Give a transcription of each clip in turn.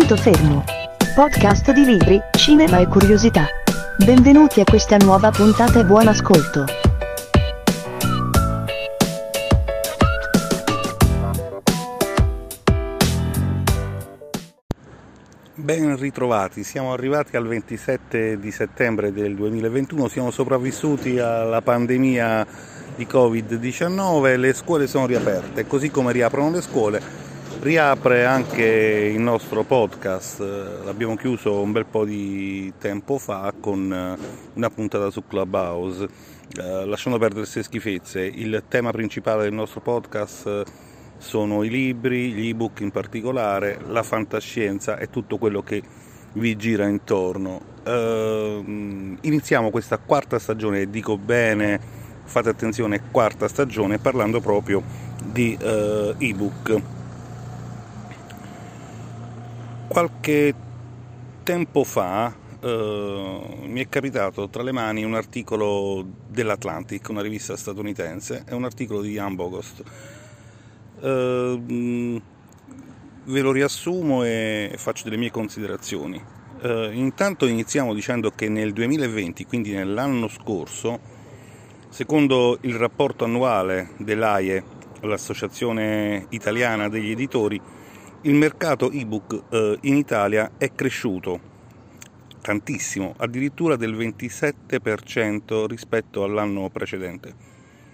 Punto fermo. Podcast di libri, cinema e curiosità. Benvenuti a questa nuova puntata e buon ascolto. Ben ritrovati, siamo arrivati al 27 di settembre del 2021, siamo sopravvissuti alla pandemia di Covid-19, le scuole sono riaperte, così come riaprono le scuole, riapre anche il nostro podcast, l'abbiamo chiuso un bel po' di tempo fa con una puntata su Clubhouse, lasciando perdere queste schifezze. Il tema principale del nostro podcast sono i libri, gli ebook in particolare, la fantascienza e tutto quello che vi gira intorno. Iniziamo questa quarta stagione, e dico bene, fate attenzione, quarta stagione, parlando proprio di ebook. Qualche tempo fa mi è capitato tra le mani un articolo dell'Atlantic, una rivista statunitense, è un articolo di Ian Bogost. Ve lo riassumo e faccio delle mie considerazioni. Intanto iniziamo dicendo che nel 2020, quindi nell'anno scorso, secondo il rapporto annuale dell'AIE, l'Associazione Italiana degli Editori, il mercato ebook in Italia è cresciuto tantissimo, addirittura del 27% rispetto all'anno precedente.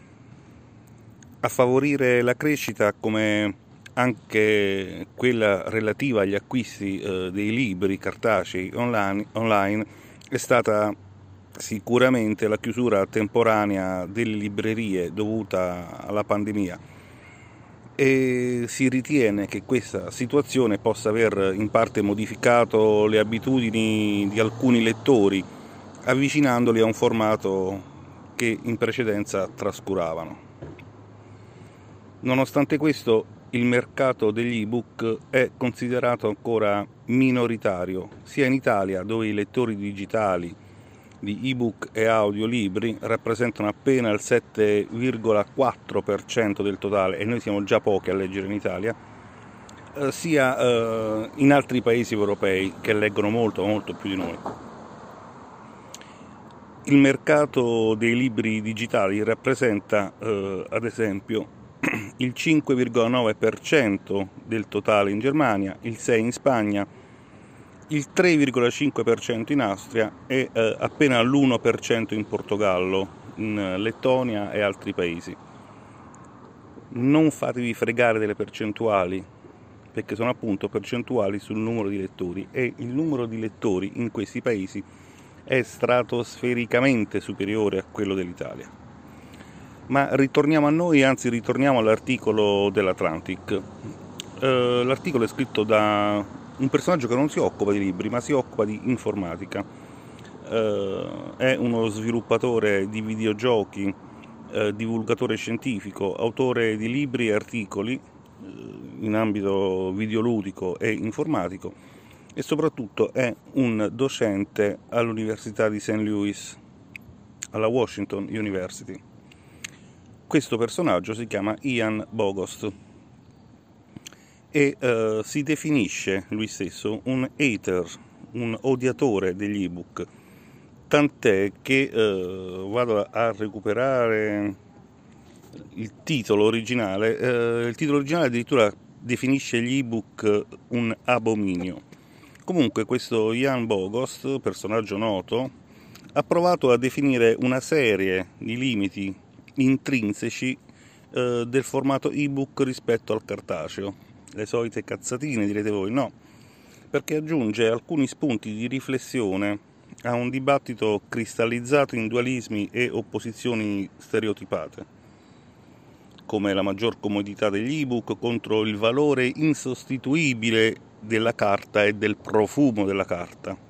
A favorire la crescita, come anche quella relativa agli acquisti dei libri cartacei online, è stata sicuramente la chiusura temporanea delle librerie dovuta alla pandemia, e si ritiene che questa situazione possa aver in parte modificato le abitudini di alcuni lettori, avvicinandoli a un formato che in precedenza trascuravano. Nonostante questo, il mercato degli ebook è considerato ancora minoritario, sia in Italia, dove i lettori digitali di ebook e audiolibri rappresentano appena il 7,4% del totale, e noi siamo già pochi a leggere in Italia, sia in altri paesi europei che leggono molto più di noi. Il mercato dei libri digitali rappresenta, ad esempio, il 5,9% del totale in Germania, il 6% in Spagna, il 3,5% in Austria e appena l'1% in Portogallo, in Lettonia e altri paesi. Non fatevi fregare delle percentuali, perché sono appunto percentuali sul numero di lettori, e il numero di lettori in questi paesi è stratosfericamente superiore a quello dell'Italia. Ma ritorniamo a noi, anzi ritorniamo all'articolo dell'Atlantic. L'articolo è scritto da un personaggio che non si occupa di libri, ma si occupa di informatica. È uno sviluppatore di videogiochi, divulgatore scientifico, autore di libri e articoli in ambito videoludico e informatico, e soprattutto è un docente all'Università di St. Louis, alla Washington University. Questo personaggio si chiama Ian Bogost e si definisce lui stesso un hater, un odiatore degli ebook, tant'è che vado a recuperare il titolo originale. Il titolo originale addirittura definisce gli ebook un abominio. Comunque questo Ian Bogost, personaggio noto, ha provato a definire una serie di limiti intrinseci del formato ebook rispetto al cartaceo. Le solite cazzatine, direte voi. No, perché aggiunge alcuni spunti di riflessione a un dibattito cristallizzato in dualismi e opposizioni stereotipate, come la maggior comodità degli ebook contro il valore insostituibile della carta e del profumo della carta.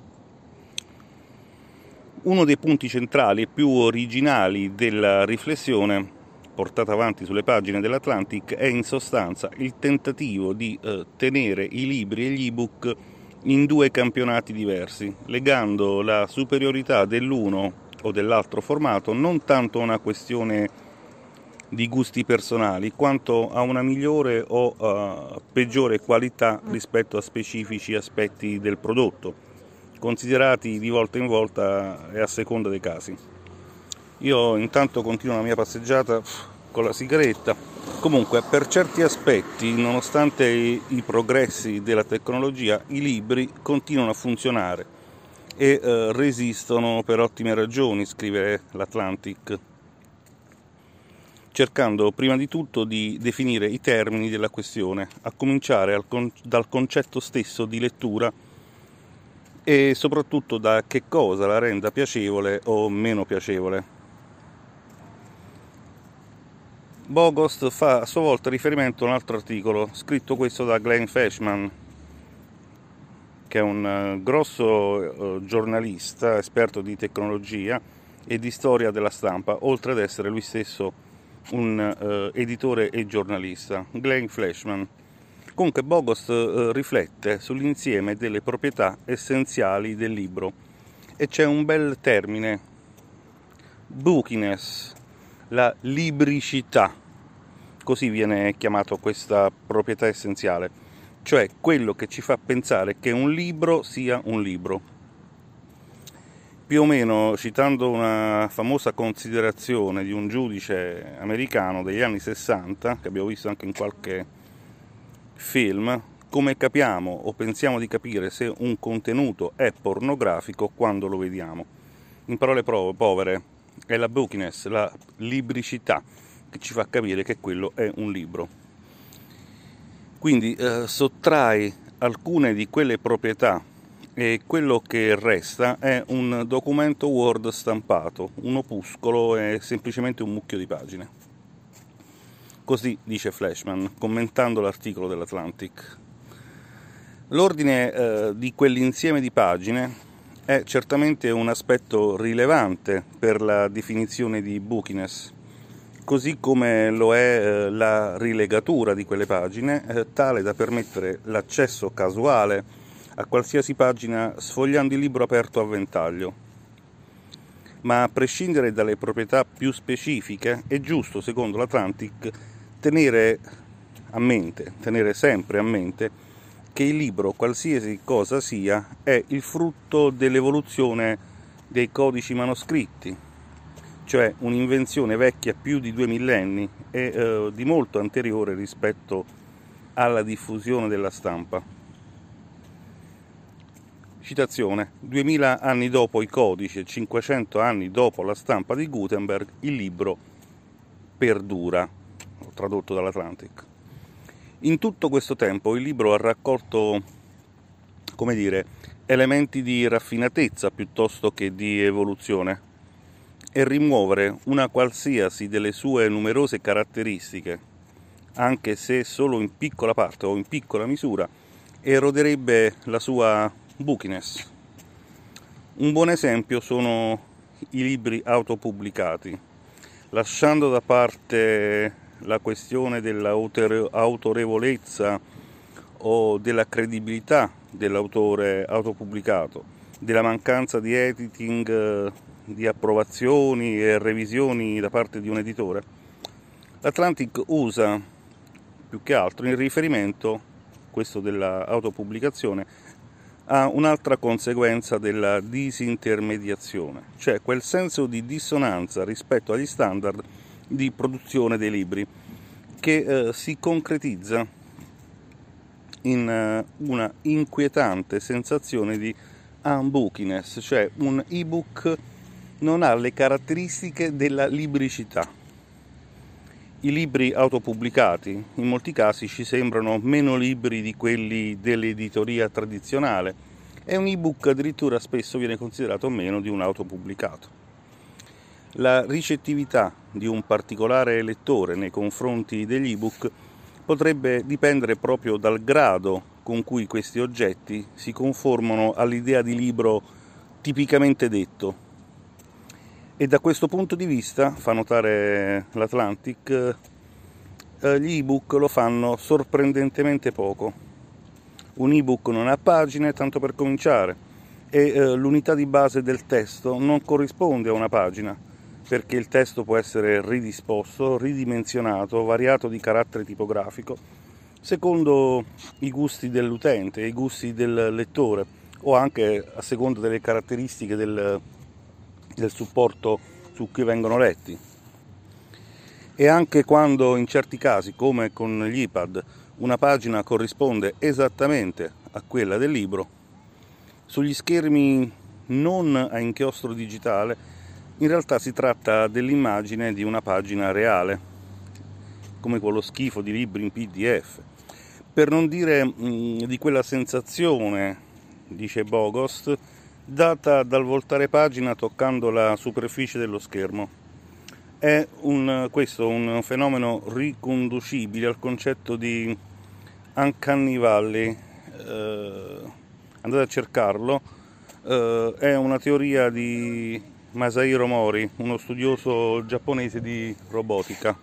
Uno dei punti centrali e più originali della riflessione portata avanti sulle pagine dell'Atlantic è in sostanza il tentativo di tenere i libri e gli ebook in due campionati diversi, legando la superiorità dell'uno o dell'altro formato non tanto a una questione di gusti personali quanto a una migliore o peggiore qualità rispetto a specifici aspetti del prodotto, considerati di volta in volta e a seconda dei casi. Io intanto continuo la mia passeggiata con la sigaretta. Comunque, per certi aspetti, nonostante i progressi della tecnologia, i libri continuano a funzionare e resistono per ottime ragioni, scrive l'Atlantic, cercando prima di tutto di definire i termini della questione, a cominciare dal concetto stesso di lettura e soprattutto da che cosa la renda piacevole o meno piacevole. Bogost fa a sua volta riferimento a un altro articolo, scritto questo da Glenn Fleishman, che è un grosso giornalista, esperto di tecnologia e di storia della stampa, oltre ad essere lui stesso un editore e giornalista, Glenn Fleishman. Comunque Bogost riflette sull'insieme delle proprietà essenziali del libro e c'è un bel termine, bookiness, la libricità, così viene chiamato questa proprietà essenziale, cioè quello che ci fa pensare che un libro sia un libro. Più o meno citando una famosa considerazione di un giudice americano degli anni 60, che abbiamo visto anche in qualche film, come capiamo o pensiamo di capire se un contenuto è pornografico quando lo vediamo. In parole povere, è la bookiness, la libricità, che ci fa capire che quello è un libro. Quindi sottrai alcune di quelle proprietà e quello che resta è un documento Word stampato, un opuscolo e semplicemente un mucchio di pagine. Così dice Fleishman, commentando l'articolo dell'Atlantic. L'ordine di quell'insieme di pagine è certamente un aspetto rilevante per la definizione di bookiness, così come lo è la rilegatura di quelle pagine, tale da permettere l'accesso casuale a qualsiasi pagina sfogliando il libro aperto a ventaglio. Ma a prescindere dalle proprietà più specifiche, è giusto, secondo l'Atlantic, tenere sempre a mente che il libro, qualsiasi cosa sia, è il frutto dell'evoluzione dei codici manoscritti, cioè un'invenzione vecchia più di 2 millenni e di molto anteriore rispetto alla diffusione della stampa. Citazione: 2000 anni dopo i codici e 500 anni dopo la stampa di Gutenberg, il libro perdura, tradotto dall'Atlantic. In tutto questo tempo il libro ha raccolto, elementi di raffinatezza piuttosto che di evoluzione, e rimuovere una qualsiasi delle sue numerose caratteristiche, anche se solo in piccola parte o in piccola misura, eroderebbe la sua bookiness. Un buon esempio sono i libri autopubblicati. Lasciando da parte la questione dell'autorevolezza o della credibilità dell'autore autopubblicato, della mancanza di editing, di approvazioni e revisioni da parte di un editore, l'Atlantic usa più che altro in riferimento, questo della autopubblicazione, a un'altra conseguenza della disintermediazione, cioè quel senso di dissonanza rispetto agli standard di produzione dei libri che si concretizza in una inquietante sensazione di unbookiness, cioè un ebook non ha le caratteristiche della libricità. I libri autopubblicati in molti casi ci sembrano meno libri di quelli dell'editoria tradizionale e un ebook addirittura spesso viene considerato meno di un autopubblicato. La ricettività di un particolare lettore nei confronti degli ebook potrebbe dipendere proprio dal grado con cui questi oggetti si conformano all'idea di libro tipicamente detto. E da questo punto di vista, fa notare l'Atlantic, gli ebook lo fanno sorprendentemente poco. Un ebook non ha pagine, tanto per cominciare, e l'unità di base del testo non corrisponde a una pagina, perché il testo può essere ridisposto, ridimensionato, variato di carattere tipografico, secondo i gusti dell'utente, i gusti del lettore, o anche a seconda delle caratteristiche del supporto su cui vengono letti. E anche quando in certi casi, come con gli iPad, una pagina corrisponde esattamente a quella del libro, sugli schermi non a inchiostro digitale, in realtà si tratta dell'immagine di una pagina reale, come quello schifo di libri in PDF. Per non dire di quella sensazione, dice Bogost, data dal voltare pagina toccando la superficie dello schermo. È questo un fenomeno riconducibile al concetto di Uncanny Valley. Andate a cercarlo. È una teoria di Masahiro Mori, uno studioso giapponese di robotica.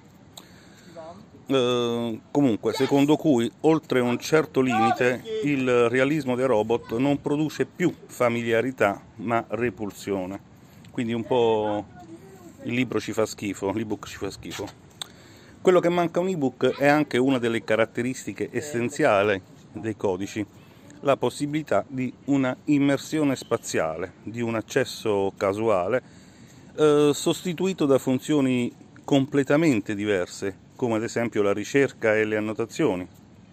Comunque, secondo cui oltre un certo limite il realismo dei robot non produce più familiarità ma repulsione. Quindi un po' il libro ci fa schifo, l'ebook ci fa schifo. Quello che manca a un ebook è anche una delle caratteristiche essenziali dei codici, la possibilità di una immersione spaziale, di un accesso casuale, sostituito da funzioni completamente diverse, come ad esempio la ricerca e le annotazioni,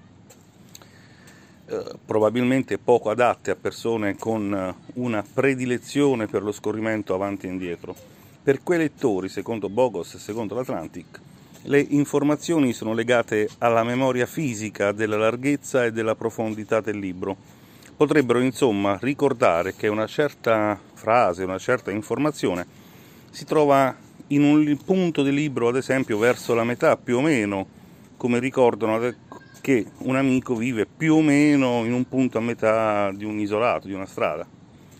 probabilmente poco adatte a persone con una predilezione per lo scorrimento avanti e indietro. Per quei lettori, secondo Bogost e secondo l'Atlantic, le informazioni sono legate alla memoria fisica della larghezza e della profondità del libro. Potrebbero insomma ricordare che una certa frase, una certa informazione si trova in un punto del libro, ad esempio verso la metà più o meno, come ricordano che un amico vive più o meno in un punto a metà di un isolato, di una strada.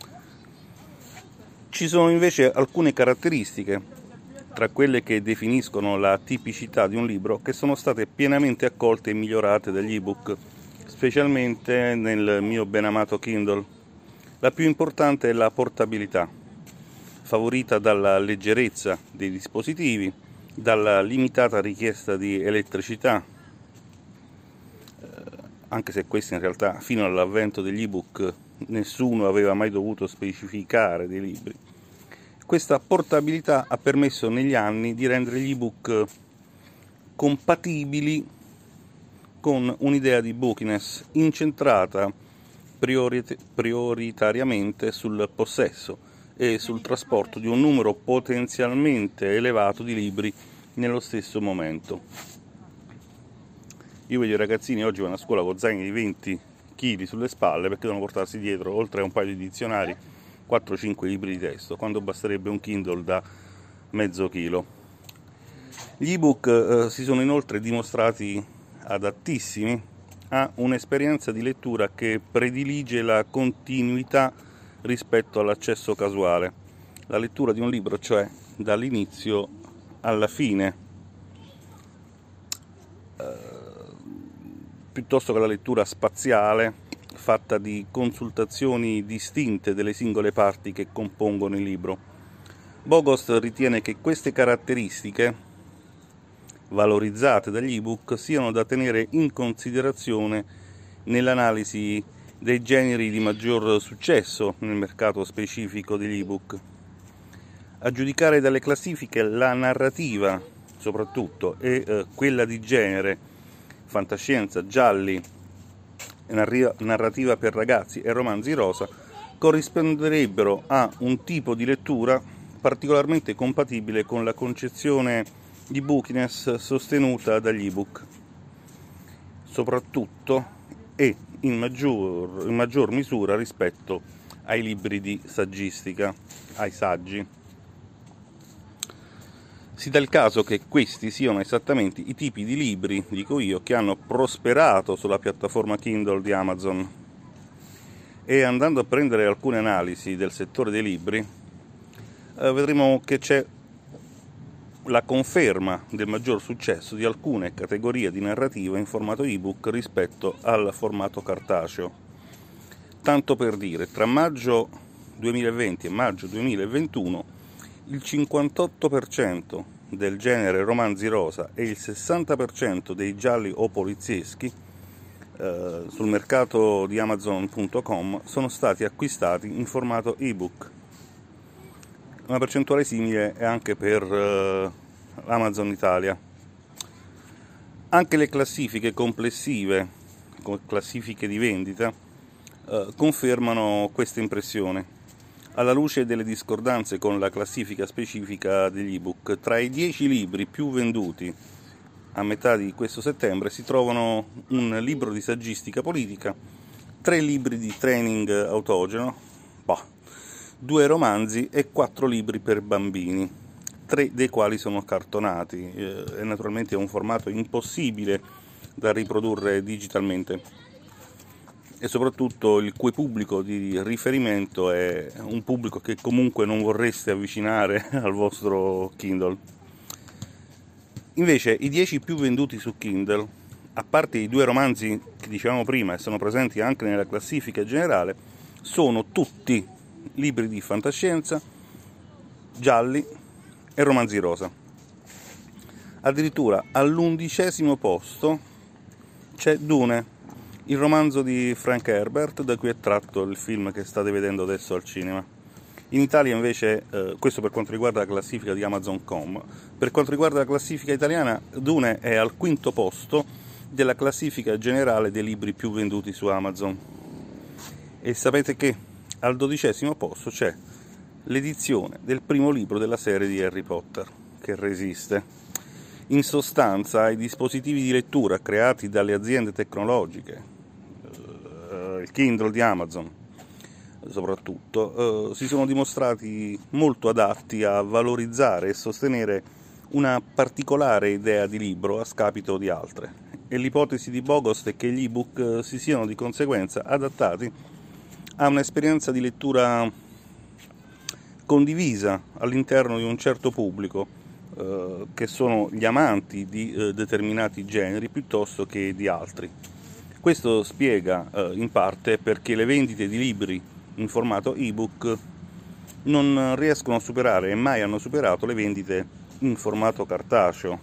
Ci sono invece alcune caratteristiche, tra quelle che definiscono la tipicità di un libro, che sono state pienamente accolte e migliorate dagli ebook, specialmente nel mio benamato Kindle. La più importante è la portabilità, favorita dalla leggerezza dei dispositivi, dalla limitata richiesta di elettricità, anche se questo in realtà fino all'avvento degli ebook nessuno aveva mai dovuto specificare dei libri. Questa portabilità ha permesso negli anni di rendere gli ebook compatibili con un'idea di bookiness incentrata prioritariamente sul possesso e sul trasporto di un numero potenzialmente elevato di libri nello stesso momento. Io vedo i ragazzini oggi vanno a scuola con zaini di 20 kg sulle spalle perché devono portarsi dietro, oltre a un paio di dizionari, 4-5 libri di testo, quando basterebbe un Kindle da mezzo chilo. Gli ebook si sono inoltre dimostrati adattissimi a un'esperienza di lettura che predilige la continuità rispetto all'accesso casuale, la lettura di un libro, cioè dall'inizio alla fine, piuttosto che la lettura spaziale fatta di consultazioni distinte delle singole parti che compongono il libro. Bogost ritiene che queste caratteristiche, valorizzate dagli ebook, siano da tenere in considerazione nell'analisi dei generi di maggior successo nel mercato specifico degli ebook. A giudicare dalle classifiche, la narrativa soprattutto e quella di genere, fantascienza, gialli, narrativa per ragazzi e romanzi rosa, corrisponderebbero a un tipo di lettura particolarmente compatibile con la concezione di bookiness sostenuta dagli ebook, soprattutto e in maggior misura rispetto ai libri di saggistica, ai saggi. Si dà il caso che questi siano esattamente i tipi di libri, dico io, che hanno prosperato sulla piattaforma Kindle di Amazon. E andando a prendere alcune analisi del settore dei libri, vedremo che c'è la conferma del maggior successo di alcune categorie di narrativa in formato ebook rispetto al formato cartaceo. Tanto per dire, tra maggio 2020 e maggio 2021 il 58% del genere romanzi rosa e il 60% dei gialli o polizieschi sul mercato di Amazon.com sono stati acquistati in formato ebook. Una percentuale simile è anche per Amazon Italia. Anche le classifiche complessive, come classifiche di vendita, confermano questa impressione. Alla luce delle discordanze con la classifica specifica degli ebook, tra i 10 libri più venduti a metà di questo settembre si trovano un libro di saggistica politica, 3 libri di training autogeno, 2 romanzi e 4 libri per bambini, 3 dei quali sono cartonati, e naturalmente è un formato impossibile da riprodurre digitalmente. E soprattutto il cui pubblico di riferimento è un pubblico che comunque non vorreste avvicinare al vostro Kindle. Invece i 10 più venduti su Kindle, a parte i 2 romanzi che dicevamo prima e sono presenti anche nella classifica generale, sono tutti libri di fantascienza, gialli e romanzi rosa. Addirittura all'11° posto c'è Dune, il romanzo di Frank Herbert, da cui è tratto il film che state vedendo adesso al cinema. In Italia invece, questo per quanto riguarda la classifica di Amazon.com, per quanto riguarda la classifica italiana, Dune è al 5° posto della classifica generale dei libri più venduti su Amazon. E sapete che al 12° posto c'è l'edizione del primo libro della serie di Harry Potter, che resiste. In sostanza, i dispositivi di lettura creati dalle aziende tecnologiche, il Kindle di Amazon soprattutto, si sono dimostrati molto adatti a valorizzare e sostenere una particolare idea di libro a scapito di altre, e l'ipotesi di Bogost è che gli ebook si siano di conseguenza adattati a un'esperienza di lettura condivisa all'interno di un certo pubblico, che sono gli amanti di determinati generi piuttosto che di altri. Questo spiega in parte perché le vendite di libri in formato ebook non riescono a superare e mai hanno superato le vendite in formato cartaceo,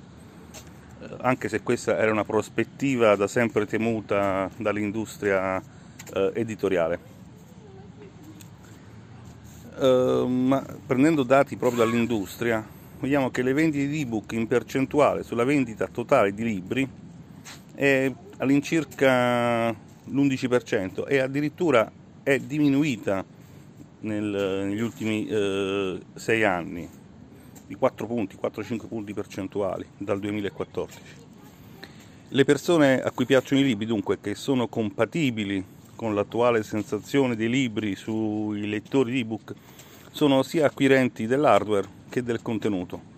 anche se questa era una prospettiva da sempre temuta dall'industria editoriale. Ma prendendo dati proprio dall'industria, vediamo che le vendite di ebook in percentuale sulla vendita totale di libri è all'incirca l'11% e addirittura è diminuita negli ultimi 6 anni di 4-5 punti percentuali dal 2014. Le persone a cui piacciono i libri, dunque, che sono compatibili con l'attuale sensazione dei libri sui lettori di ebook, sono sia acquirenti dell'hardware che del contenuto.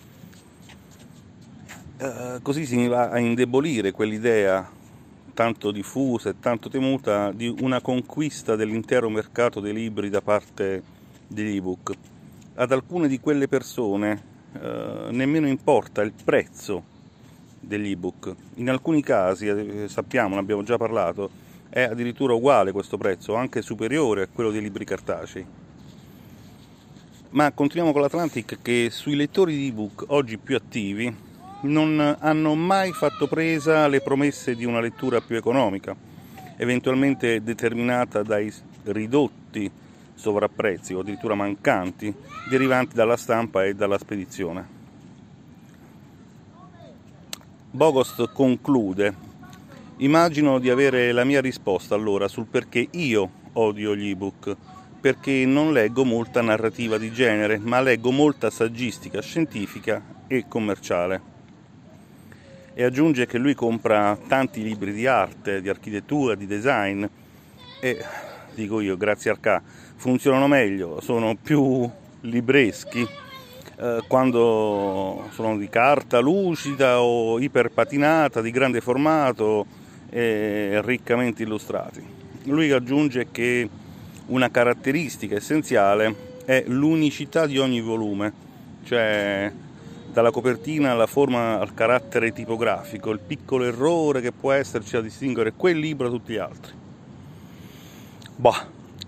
Così si va a indebolire quell'idea tanto diffusa e tanto temuta di una conquista dell'intero mercato dei libri da parte degli ebook. Ad alcune di quelle persone nemmeno importa il prezzo degli ebook. In alcuni casi, sappiamo, ne abbiamo già parlato, è addirittura uguale questo prezzo, anche superiore a quello dei libri cartacei. Ma continuiamo con l'Atlantic, che sui lettori di ebook oggi più attivi non hanno mai fatto presa alle promesse di una lettura più economica, eventualmente determinata dai ridotti sovrapprezzi o addirittura mancanti derivanti dalla stampa e dalla spedizione. Bogost conclude: immagino di avere la mia risposta allora sul perché io odio gli ebook, perché non leggo molta narrativa di genere, ma leggo molta saggistica scientifica e commerciale. E aggiunge che lui compra tanti libri di arte, di architettura, di design, e dico io, grazie al K, funzionano meglio, sono più libreschi quando sono di carta lucida o iperpatinata, di grande formato e riccamente illustrati. Lui aggiunge che una caratteristica essenziale è l'unicità di ogni volume, cioè dalla copertina alla forma al carattere tipografico, il piccolo errore che può esserci a distinguere quel libro da tutti gli altri.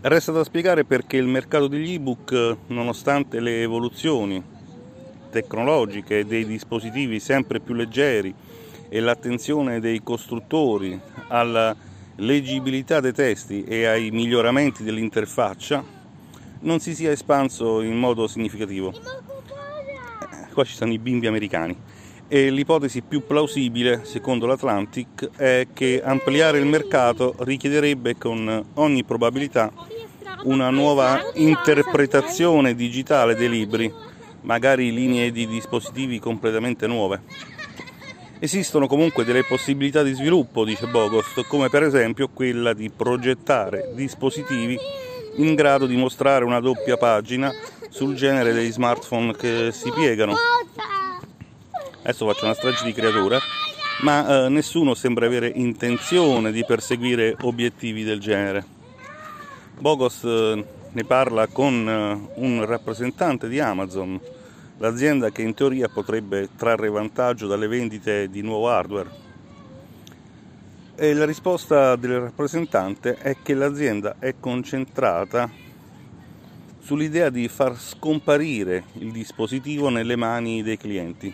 Resta da spiegare perché il mercato degli ebook, nonostante le evoluzioni tecnologiche dei dispositivi sempre più leggeri e l'attenzione dei costruttori alla leggibilità dei testi e ai miglioramenti dell'interfaccia, non si sia espanso in modo significativo. Qua ci sono i bimbi americani. E l'ipotesi più plausibile, secondo l'Atlantic, è che ampliare il mercato richiederebbe con ogni probabilità una nuova interpretazione digitale dei libri, magari linee di dispositivi completamente nuove. Esistono comunque delle possibilità di sviluppo, dice Bogost, come per esempio quella di progettare dispositivi in grado di mostrare una doppia pagina sul genere degli smartphone che si piegano. Adesso faccio una strage di creatura, ma nessuno sembra avere intenzione di perseguire obiettivi del genere. Bogost ne parla con un rappresentante di Amazon, l'azienda che in teoria potrebbe trarre vantaggio dalle vendite di nuovo hardware. E la risposta del rappresentante è che l'azienda è concentrata sull'idea di far scomparire il dispositivo nelle mani dei clienti.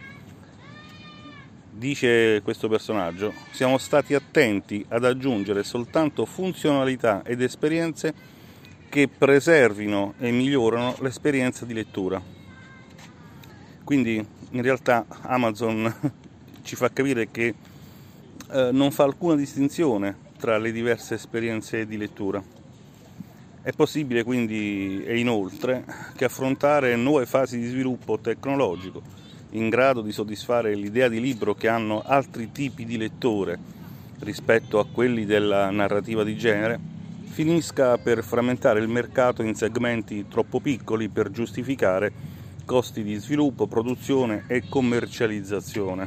Dice questo personaggio: siamo stati attenti ad aggiungere soltanto funzionalità ed esperienze che preservino e migliorano l'esperienza di lettura. Quindi in realtà Amazon ci fa capire che non fa alcuna distinzione tra le diverse esperienze di lettura. È possibile quindi e inoltre che affrontare nuove fasi di sviluppo tecnologico in grado di soddisfare l'idea di libro che hanno altri tipi di lettore rispetto a quelli della narrativa di genere finisca per frammentare il mercato in segmenti troppo piccoli per giustificare costi di sviluppo, produzione e commercializzazione.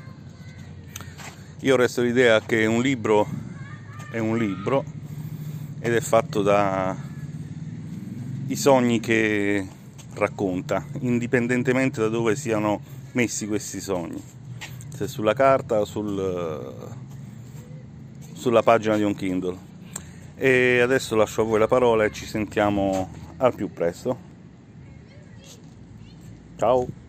Io resto l'idea che un libro è un libro ed è fatto da i sogni che racconta, indipendentemente da dove siano messi questi sogni, se sulla carta o sulla pagina di un Kindle. E adesso lascio a voi la parola e ci sentiamo al più presto. Ciao!